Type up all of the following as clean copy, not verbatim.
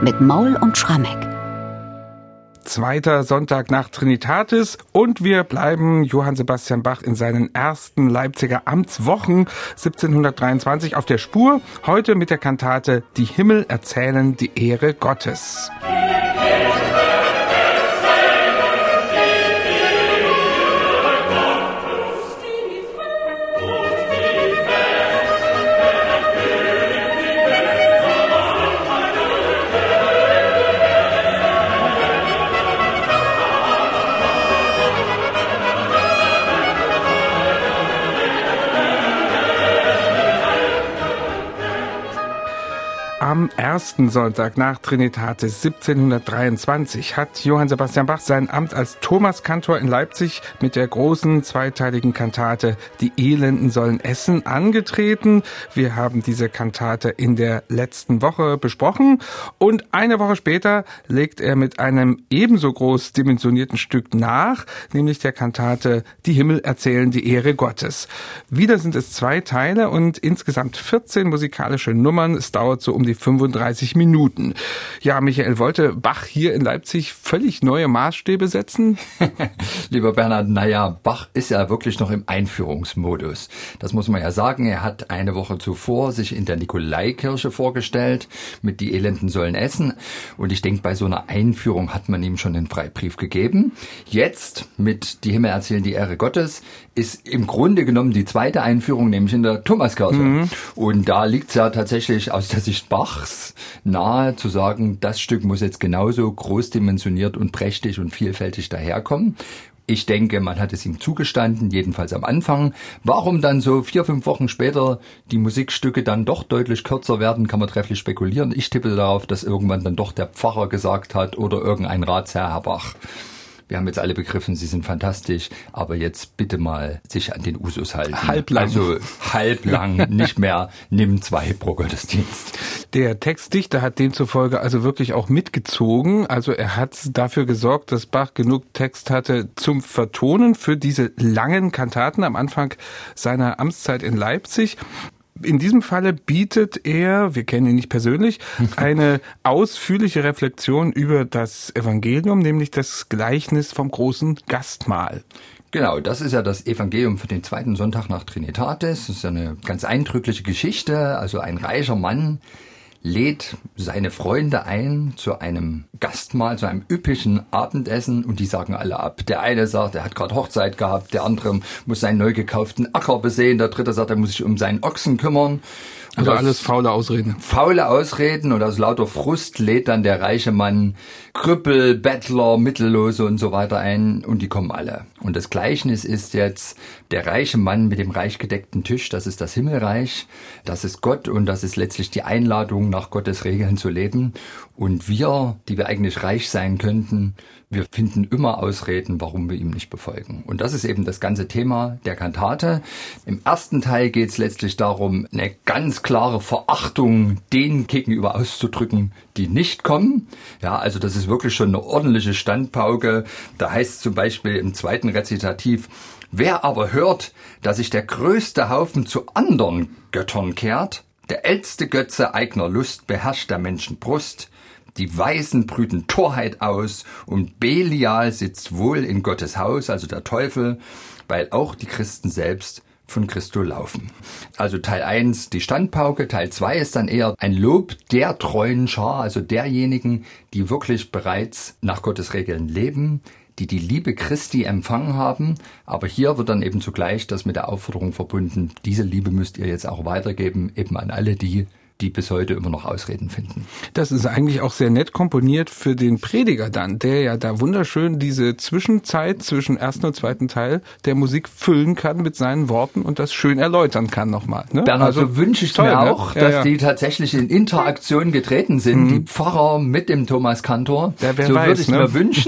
mit Maul und Schrammeck. Zweiter Sonntag nach Trinitatis und wir bleiben Johann Sebastian Bach in seinen ersten Leipziger Amtswochen 1723 auf der Spur. Heute mit der Kantate Die Himmel erzählen die Ehre Gottes. Am ersten Sonntag nach Trinitatis 1723 hat Johann Sebastian Bach sein Amt als Thomaskantor in Leipzig mit der großen zweiteiligen Kantate Die Elenden sollen essen angetreten. Wir haben diese Kantate in der letzten Woche besprochen und eine Woche später legt er mit einem ebenso groß dimensionierten Stück nach, nämlich der Kantate Die Himmel erzählen die Ehre Gottes. Wieder sind es 2 Teile und insgesamt 14 musikalische Nummern. Es dauert so um die 35 Minuten. Ja, Michael, wollte Bach hier in Leipzig völlig neue Maßstäbe setzen? Lieber Bernhard, Bach ist ja wirklich noch im Einführungsmodus. Das muss man ja sagen. Er hat eine Woche zuvor sich in der Nikolaikirche vorgestellt mit Die Elenden sollen essen. Und ich denke, bei so einer Einführung hat man ihm schon den Freibrief gegeben. Jetzt mit Die Himmel erzählen die Ehre Gottes ist im Grunde genommen die zweite Einführung, nämlich in der Thomaskirche. Und da liegt es ja tatsächlich aus der Sicht Bachs nahe zu sagen, das Stück muss jetzt genauso großdimensioniert und prächtig und vielfältig daherkommen. Ich denke, man hat es ihm zugestanden, jedenfalls am Anfang. Warum dann so 4-5 Wochen später die Musikstücke dann doch deutlich kürzer werden, kann man trefflich spekulieren. Ich tippe darauf, dass irgendwann dann doch der Pfarrer gesagt hat oder irgendein Ratsherr, Herr Bach. Wir haben jetzt alle begriffen, Sie sind fantastisch, aber jetzt bitte mal sich an den Usus halten. Halblang. Also halblang, nicht mehr nimm 2 pro Gottesdienst. Der Textdichter hat demzufolge also wirklich auch mitgezogen. Also er hat dafür gesorgt, dass Bach genug Text hatte zum Vertonen für diese langen Kantaten am Anfang seiner Amtszeit in Leipzig. In diesem Falle bietet er, wir kennen ihn nicht persönlich, eine ausführliche Reflexion über das Evangelium, nämlich das Gleichnis vom großen Gastmahl. Genau, das ist ja das Evangelium für den zweiten Sonntag nach Trinitatis. Das ist ja eine ganz eindrückliche Geschichte. Also ein reicher Mann lädt seine Freunde ein zu einem Gastmahl, zu einem üppigen Abendessen und die sagen alle ab. Der eine sagt, er hat gerade Hochzeit gehabt, der andere muss seinen neu gekauften Acker besehen, der dritte sagt, er muss sich um seinen Ochsen kümmern. Also alles faule Ausreden. Faule Ausreden und aus lauter Frust lädt dann der reiche Mann Krüppel, Bettler, Mittellose und so weiter ein und die kommen alle. Und das Gleichnis ist jetzt der reiche Mann mit dem reich gedeckten Tisch, das ist das Himmelreich, das ist Gott und das ist letztlich die Einladung, nach Gottes Regeln zu leben. Und wir, die wir eigentlich reich sein könnten, wir finden immer Ausreden, warum wir ihm nicht befolgen. Und das ist eben das ganze Thema der Kantate. Im ersten Teil geht es letztlich darum, eine ganz klare Verachtung denen gegenüber auszudrücken, die nicht kommen. Ja, also das ist wirklich schon eine ordentliche Standpauke. Da heißt es zum Beispiel im zweiten Rezitativ, wer aber hört, dass sich der größte Haufen zu anderen Göttern kehrt, der älteste Götze eigener Lust beherrscht der Menschen Brust, die Weisen brüten Torheit aus und Belial sitzt wohl in Gottes Haus, also der Teufel, weil auch die Christen selbst von Christo laufen. Also Teil 1 die Standpauke, Teil 2 ist dann eher ein Lob der treuen Schar, also derjenigen, die wirklich bereits nach Gottes Regeln leben, die die Liebe Christi empfangen haben. Aber hier wird dann eben zugleich das mit der Aufforderung verbunden, diese Liebe müsst ihr jetzt auch weitergeben, eben an alle die bis heute immer noch Ausreden finden. Das ist eigentlich auch sehr nett komponiert für den Prediger dann, der ja da wunderschön diese Zwischenzeit zwischen ersten und zweiten Teil der Musik füllen kann mit seinen Worten und das schön erläutern kann nochmal. Ne? Bernhard, so wünsche ich mir auch, dass die tatsächlich in Interaktion getreten sind, die Pfarrer mit dem Thomaskantor. So würde ich mir wünschen.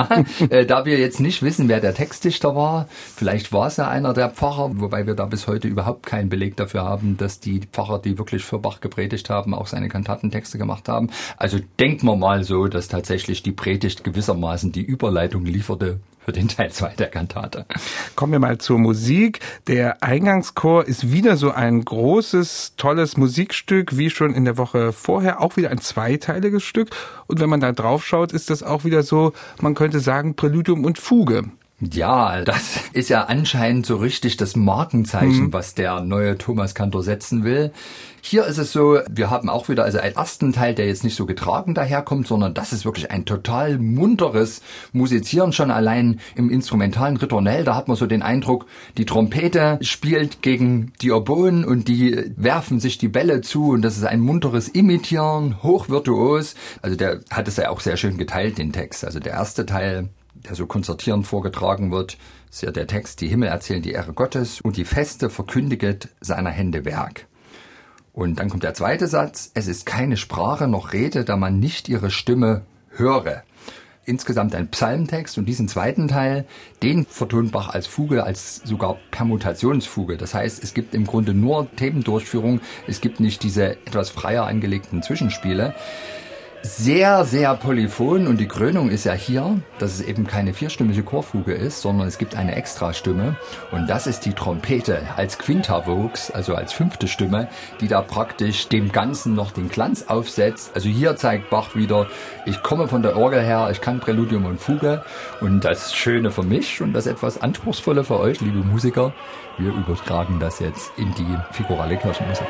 Da wir jetzt nicht wissen, wer der Textdichter war, vielleicht war es ja einer der Pfarrer, wobei wir da bis heute überhaupt keinen Beleg dafür haben, dass die Pfarrer, die wirklich für Bach gepredigt haben, auch seine Kantatentexte gemacht haben. Also denken wir mal so, dass tatsächlich die Predigt gewissermaßen die Überleitung lieferte für den Teil 2 der Kantate. Kommen wir mal zur Musik. Der Eingangschor ist wieder so ein großes, tolles Musikstück, wie schon in der Woche vorher, auch wieder ein zweiteiliges Stück. Und wenn man da drauf schaut, ist das auch wieder so, man könnte sagen, Präludium und Fuge. Ja, das ist ja anscheinend so richtig das Markenzeichen, was der neue Thomas Kantor setzen will. Hier ist es so, wir haben auch wieder also einen ersten Teil, der jetzt nicht so getragen daherkommt, sondern das ist wirklich ein total munteres Musizieren, schon allein im instrumentalen Ritornell. Da hat man so den Eindruck, die Trompete spielt gegen die Oboen und die werfen sich die Bälle zu und das ist ein munteres Imitieren, hochvirtuos. Also der hat es ja auch sehr schön geteilt, den Text. Also der erste Teil, der so konzertierend vorgetragen wird, ist ja der Text, die Himmel erzählen die Ehre Gottes und die Feste verkündiget seiner Hände Werk. Und dann kommt der zweite Satz, es ist keine Sprache noch Rede, da man nicht ihre Stimme höre. Insgesamt ein Psalmtext und diesen zweiten Teil, den vertont Bach als Fuge, als sogar Permutationsfuge. Das heißt, es gibt im Grunde nur Themendurchführung, es gibt nicht diese etwas freier angelegten Zwischenspiele. Sehr, sehr polyphon und die Krönung ist ja hier, dass es eben keine vierstimmige Chorfuge ist, sondern es gibt eine Extrastimme und das ist die Trompete als Quinta Vox, also als fünfte Stimme, die da praktisch dem Ganzen noch den Glanz aufsetzt. Also hier zeigt Bach wieder, ich komme von der Orgel her, ich kann Präludium und Fuge und das Schöne für mich und das etwas Anspruchsvolle für euch, liebe Musiker, wir übertragen das jetzt in die figurale Kirchenmusik.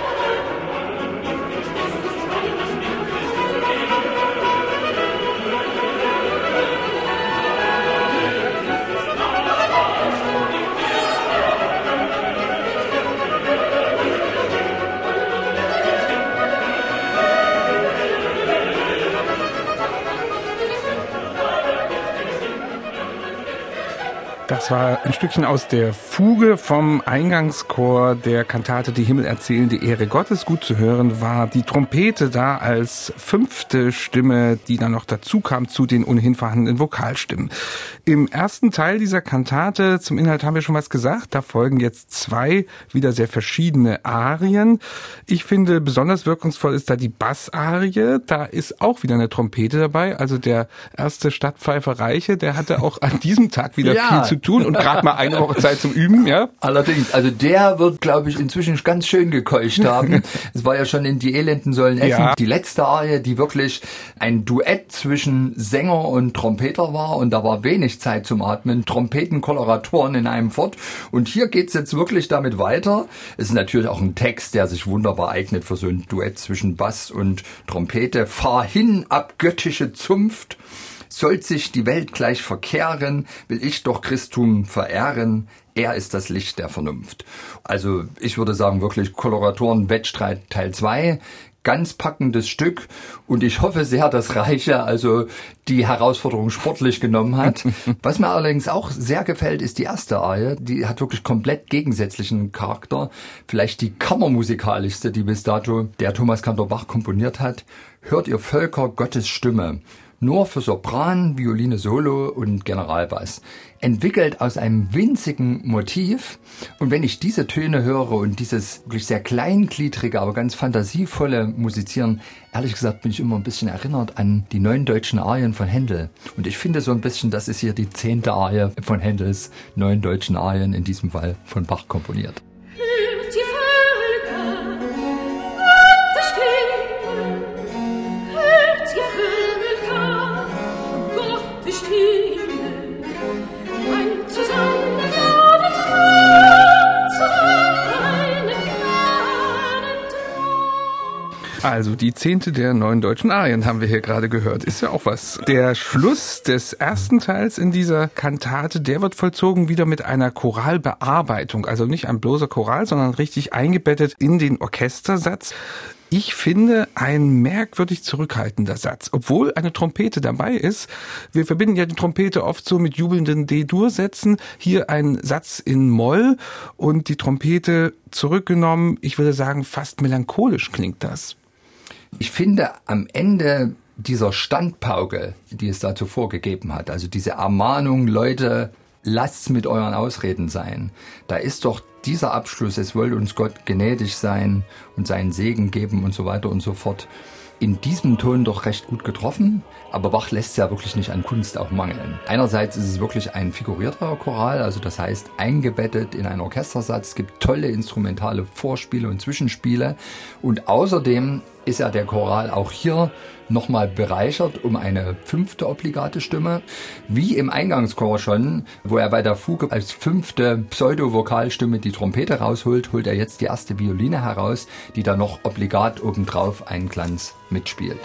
Das war ein Stückchen aus der Fuge vom Eingangschor der Kantate Die Himmel erzählen die Ehre Gottes. Gut zu hören war die Trompete da als fünfte Stimme, die dann noch dazu kam zu den ohnehin vorhandenen Vokalstimmen. Im ersten Teil dieser Kantate, zum Inhalt haben wir schon was gesagt, da folgen jetzt zwei wieder sehr verschiedene Arien. Ich finde, besonders wirkungsvoll ist da die Bassarie. Da ist auch wieder eine Trompete dabei. Also der erste Stadtpfeifer Reiche, der hatte auch an diesem Tag wieder viel zu tun und gerade mal eine Woche Zeit zum Üben, ja. Allerdings, also der wird, glaube ich, inzwischen ganz schön gekeucht haben. Es war ja schon in Die Elenden sollen essen. Ja. Die letzte Arie, die wirklich ein Duett zwischen Sänger und Trompeter war und da war wenig Zeit zum Atmen. Trompetenkoloratoren in einem Fort. Und hier geht's jetzt wirklich damit weiter. Es ist natürlich auch ein Text, der sich wunderbar eignet für so ein Duett zwischen Bass und Trompete. Fahr hin, abgöttische Zunft. Sollt sich die Welt gleich verkehren, will ich doch Christum verehren. Er ist das Licht der Vernunft. Also ich würde sagen wirklich Koloratoren-Wettstreit Teil 2. Ganz packendes Stück und ich hoffe sehr, dass Reiche also die Herausforderung sportlich genommen hat. Was mir allerdings auch sehr gefällt, ist die erste Arie. Die hat wirklich komplett gegensätzlichen Charakter. Vielleicht die kammermusikalischste, die bis dato der Thomas Kantor Bach komponiert hat. Hört ihr Völker Gottes Stimme. Nur für Sopran, Violine Solo und Generalbass. Entwickelt aus einem winzigen Motiv. Und wenn ich diese Töne höre und dieses wirklich sehr kleingliedrige, aber ganz fantasievolle Musizieren, ehrlich gesagt bin ich immer ein bisschen erinnert an die 9 deutschen Arien von Händel. Und ich finde so ein bisschen, das ist hier die 10. Arie von Händels 9 deutschen Arien, in diesem Fall von Bach komponiert. Also die 10. der 9 deutschen Arien haben wir hier gerade gehört. Ist ja auch was. Der Schluss des ersten Teils in dieser Kantate, der wird vollzogen wieder mit einer Choralbearbeitung. Also nicht ein bloßer Choral, sondern richtig eingebettet in den Orchestersatz. Ich finde, ein merkwürdig zurückhaltender Satz. Obwohl eine Trompete dabei ist. Wir verbinden ja die Trompete oft so mit jubelnden D-Dur-Sätzen. Hier ein Satz in Moll und die Trompete zurückgenommen. Ich würde sagen, fast melancholisch klingt das. Ich finde, am Ende dieser Standpauke, die es da zuvor gegeben hat, also diese Ermahnung, Leute, lasst's mit euren Ausreden sein. Da ist doch dieser Abschluss, es woll uns Gott gnädig sein und seinen Segen geben und so weiter und so fort. in diesem Ton doch recht gut getroffen. Aber Bach lässt es ja wirklich nicht an Kunst auch mangeln. Einerseits ist es wirklich ein figurierter Choral, also das heißt eingebettet in einen Orchestersatz. Es gibt tolle instrumentale Vorspiele und Zwischenspiele. Und außerdem ist ja der Choral auch hier nochmal bereichert um eine 5. obligate Stimme. Wie im Eingangschor schon, wo er bei der Fuge als 5. Pseudo-Vokalstimme die Trompete rausholt, holt er jetzt die erste Violine heraus, die dann noch obligat obendrauf einen Glanz mitspielt.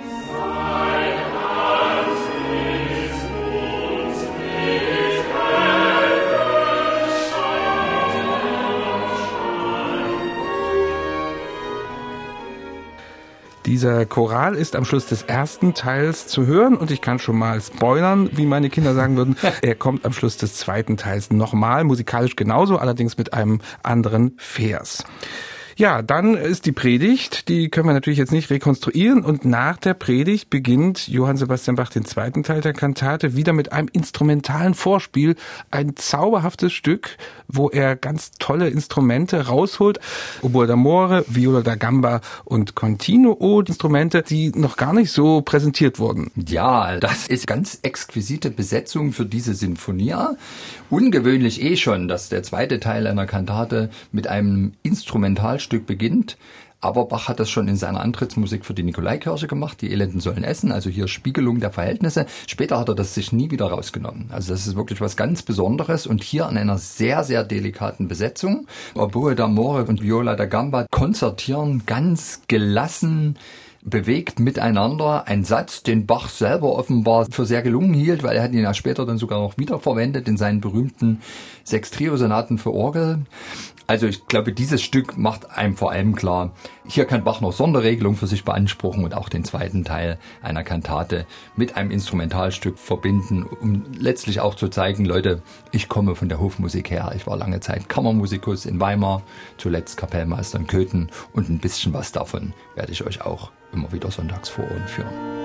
Dieser Choral ist am Schluss des ersten Teils zu hören und ich kann schon mal spoilern, wie meine Kinder sagen würden. Er kommt am Schluss des zweiten Teils nochmal, musikalisch genauso, allerdings mit einem anderen Vers. Ja, dann ist die Predigt, die können wir natürlich jetzt nicht rekonstruieren und nach der Predigt beginnt Johann Sebastian Bach den zweiten Teil der Kantate wieder mit einem instrumentalen Vorspiel, ein zauberhaftes Stück, wo er ganz tolle Instrumente rausholt, Oboe d'amore, Viola da Gamba und Continuo, Instrumente, die noch gar nicht so präsentiert wurden. Ja, das ist ganz exquisite Besetzung für diese Sinfonia. Ungewöhnlich schon, dass der zweite Teil einer Kantate mit einem Instrumentalstück beginnt. Aber Bach hat das schon in seiner Antrittsmusik für die Nikolaikirche gemacht, die Elenden sollen essen, also hier Spiegelung der Verhältnisse. Später hat er das sich nie wieder rausgenommen. Also das ist wirklich was ganz Besonderes und hier in einer sehr, sehr delikaten Besetzung. Oboe d'amore und Viola da Gamba konzertieren ganz gelassen, bewegt miteinander. Ein Satz, den Bach selber offenbar für sehr gelungen hielt, weil er hat ihn ja später dann sogar noch wiederverwendet in seinen berühmten 6 Trio-Sonaten für Orgel. Also ich glaube, dieses Stück macht einem vor allem klar, hier kann Bach noch Sonderregelungen für sich beanspruchen und auch den zweiten Teil einer Kantate mit einem Instrumentalstück verbinden, um letztlich auch zu zeigen, Leute, ich komme von der Hofmusik her. Ich war lange Zeit Kammermusikus in Weimar, zuletzt Kapellmeister in Köthen und ein bisschen was davon werde ich euch auch immer wieder sonntags vor Ohren führen.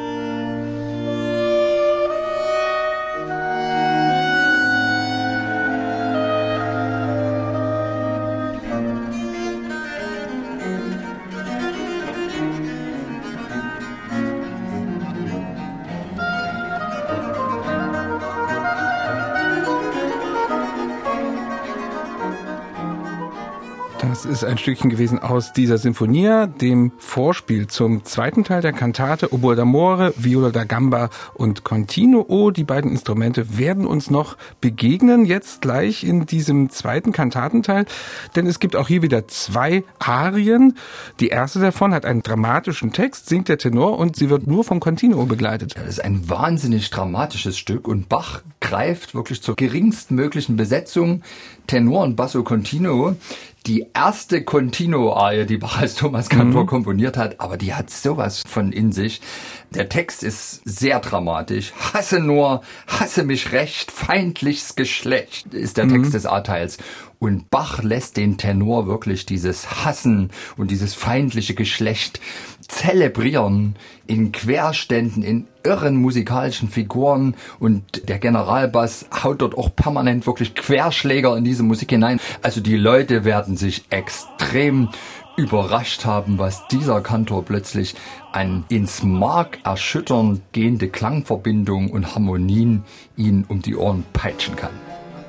Das ist ein Stückchen gewesen aus dieser Sinfonia, dem Vorspiel zum zweiten Teil der Kantate, Oboe d'amore, Viola da Gamba und Continuo. Die beiden Instrumente werden uns noch begegnen, jetzt gleich in diesem zweiten Kantatenteil, denn es gibt auch hier wieder 2 Arien. Die erste davon hat einen dramatischen Text, singt der Tenor und sie wird nur vom Continuo begleitet. Das ist ein wahnsinnig dramatisches Stück und Bach greift wirklich zur geringstmöglichen Besetzung, Tenor und Basso Continuo. Die erste Continuo-Arie, die Bach als Thomas Kantor komponiert hat, aber die hat sowas von in sich. Der Text ist sehr dramatisch. Hasse nur, hasse mich recht, feindlichs Geschlecht ist der Text des A-Teils. Und Bach lässt den Tenor wirklich dieses Hassen und dieses feindliche Geschlecht zelebrieren in Querständen, in irren musikalischen Figuren und der Generalbass haut dort auch permanent wirklich Querschläger in diese Musik hinein. Also die Leute werden sich extrem überrascht haben, was dieser Kantor plötzlich an ins Mark erschütternd gehende Klangverbindungen und Harmonien ihnen um die Ohren peitschen kann.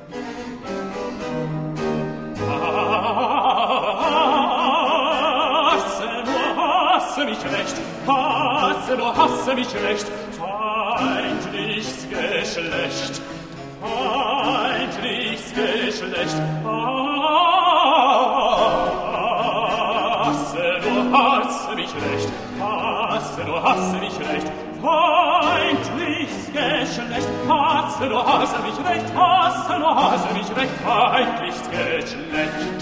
Hasse mich recht, feindlichs Geschlecht, feindlichs Geschlecht. Hasse mich recht, hasse mich recht, feindlichs Geschlecht. Hasse mich recht, hasse mich recht, feindlichs Geschlecht.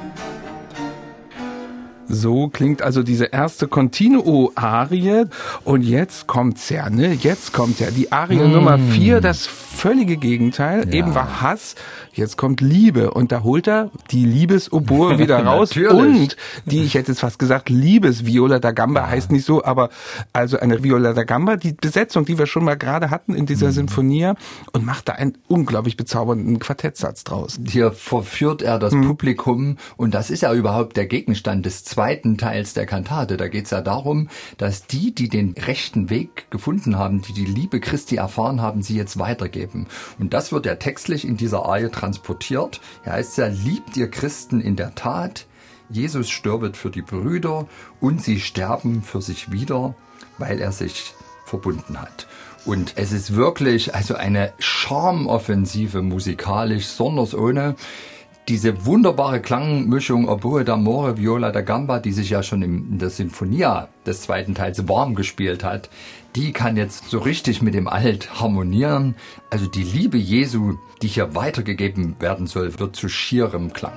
So klingt also diese erste Continuo-Arie. Und jetzt kommt's ja, ne? Jetzt kommt ja die Arie Nummer 4, das völlige Gegenteil. Ja. Eben war Hass, jetzt kommt Liebe. Und da holt er die Liebesoboe wieder raus. Und die, ich hätte jetzt fast gesagt, Liebes-Viola da Gamba heißt nicht so, aber also eine Viola da Gamba, die Besetzung, die wir schon mal gerade hatten in dieser Sinfonia, und macht da einen unglaublich bezaubernden Quartettsatz draus. Hier verführt er das Publikum und das ist ja überhaupt der Gegenstand des zweiten zweiten Teils der Kantate. Da geht es ja darum, dass die den rechten Weg gefunden haben, die Liebe Christi erfahren haben, sie jetzt weitergeben. Und das wird ja textlich in dieser Arie transportiert. Er heißt ja, liebt ihr Christen in der Tat, Jesus stirbet für die Brüder und sie sterben für sich wieder, weil er sich verbunden hat. Und es ist wirklich also eine Charmoffensive musikalisch, sonders ohne. Diese wunderbare Klangmischung Oboe d'amore, Viola da Gamba, die sich ja schon in der Sinfonia des zweiten Teils warm gespielt hat, die kann jetzt so richtig mit dem Alt harmonieren. Also die Liebe Jesu, die hier weitergegeben werden soll, wird zu schierem Klang.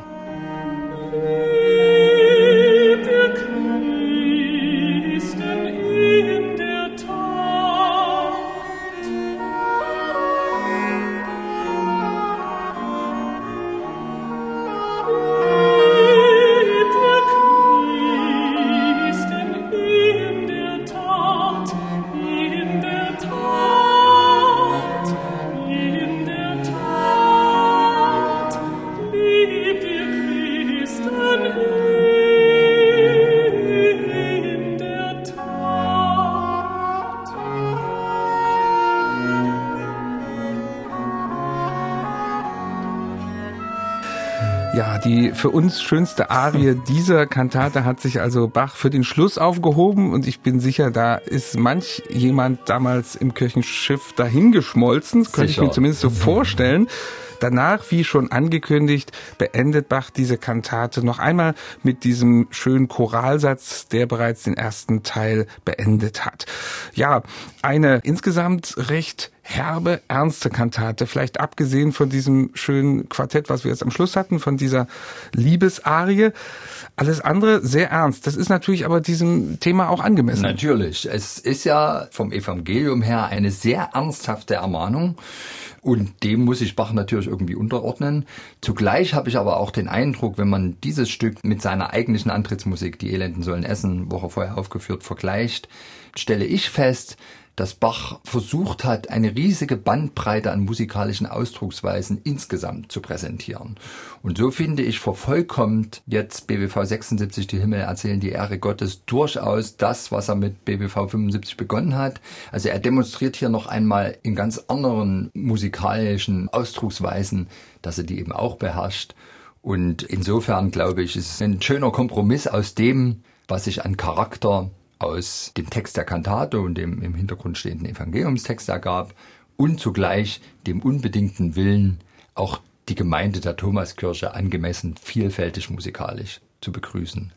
Ja, die für uns schönste Arie dieser Kantate hat sich also Bach für den Schluss aufgehoben und ich bin sicher, da ist manch jemand damals im Kirchenschiff dahingeschmolzen. Das könnte ich mir zumindest so vorstellen. Danach, wie schon angekündigt, beendet Bach diese Kantate noch einmal mit diesem schönen Choralsatz, der bereits den ersten Teil beendet hat. Ja, eine insgesamt recht herbe, ernste Kantate, vielleicht abgesehen von diesem schönen Quartett, was wir jetzt am Schluss hatten, von dieser Liebesarie. Alles andere sehr ernst. Das ist natürlich aber diesem Thema auch angemessen. Natürlich. Es ist ja vom Evangelium her eine sehr ernsthafte Ermahnung. Und dem muss sich Bach natürlich irgendwie unterordnen. Zugleich habe ich aber auch den Eindruck, wenn man dieses Stück mit seiner eigentlichen Antrittsmusik, Die Elenden sollen essen, Woche vorher aufgeführt, vergleicht, stelle ich fest, dass Bach versucht hat, eine riesige Bandbreite an musikalischen Ausdrucksweisen insgesamt zu präsentieren. Und so finde ich, vervollkommt jetzt BWV 76, die Himmel erzählen die Ehre Gottes, durchaus das, was er mit BWV 75 begonnen hat. Also er demonstriert hier noch einmal in ganz anderen musikalischen Ausdrucksweisen, dass er die eben auch beherrscht. Und insofern, glaube ich, ist es ein schöner Kompromiss aus dem, was sich an Charakter aus dem Text der Kantate und dem im Hintergrund stehenden Evangeliumstext ergab und zugleich dem unbedingten Willen, auch die Gemeinde der Thomaskirche angemessen vielfältig musikalisch zu begrüßen.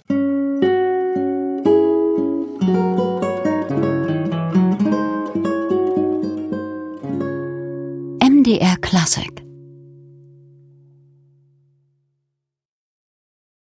MDR Klassik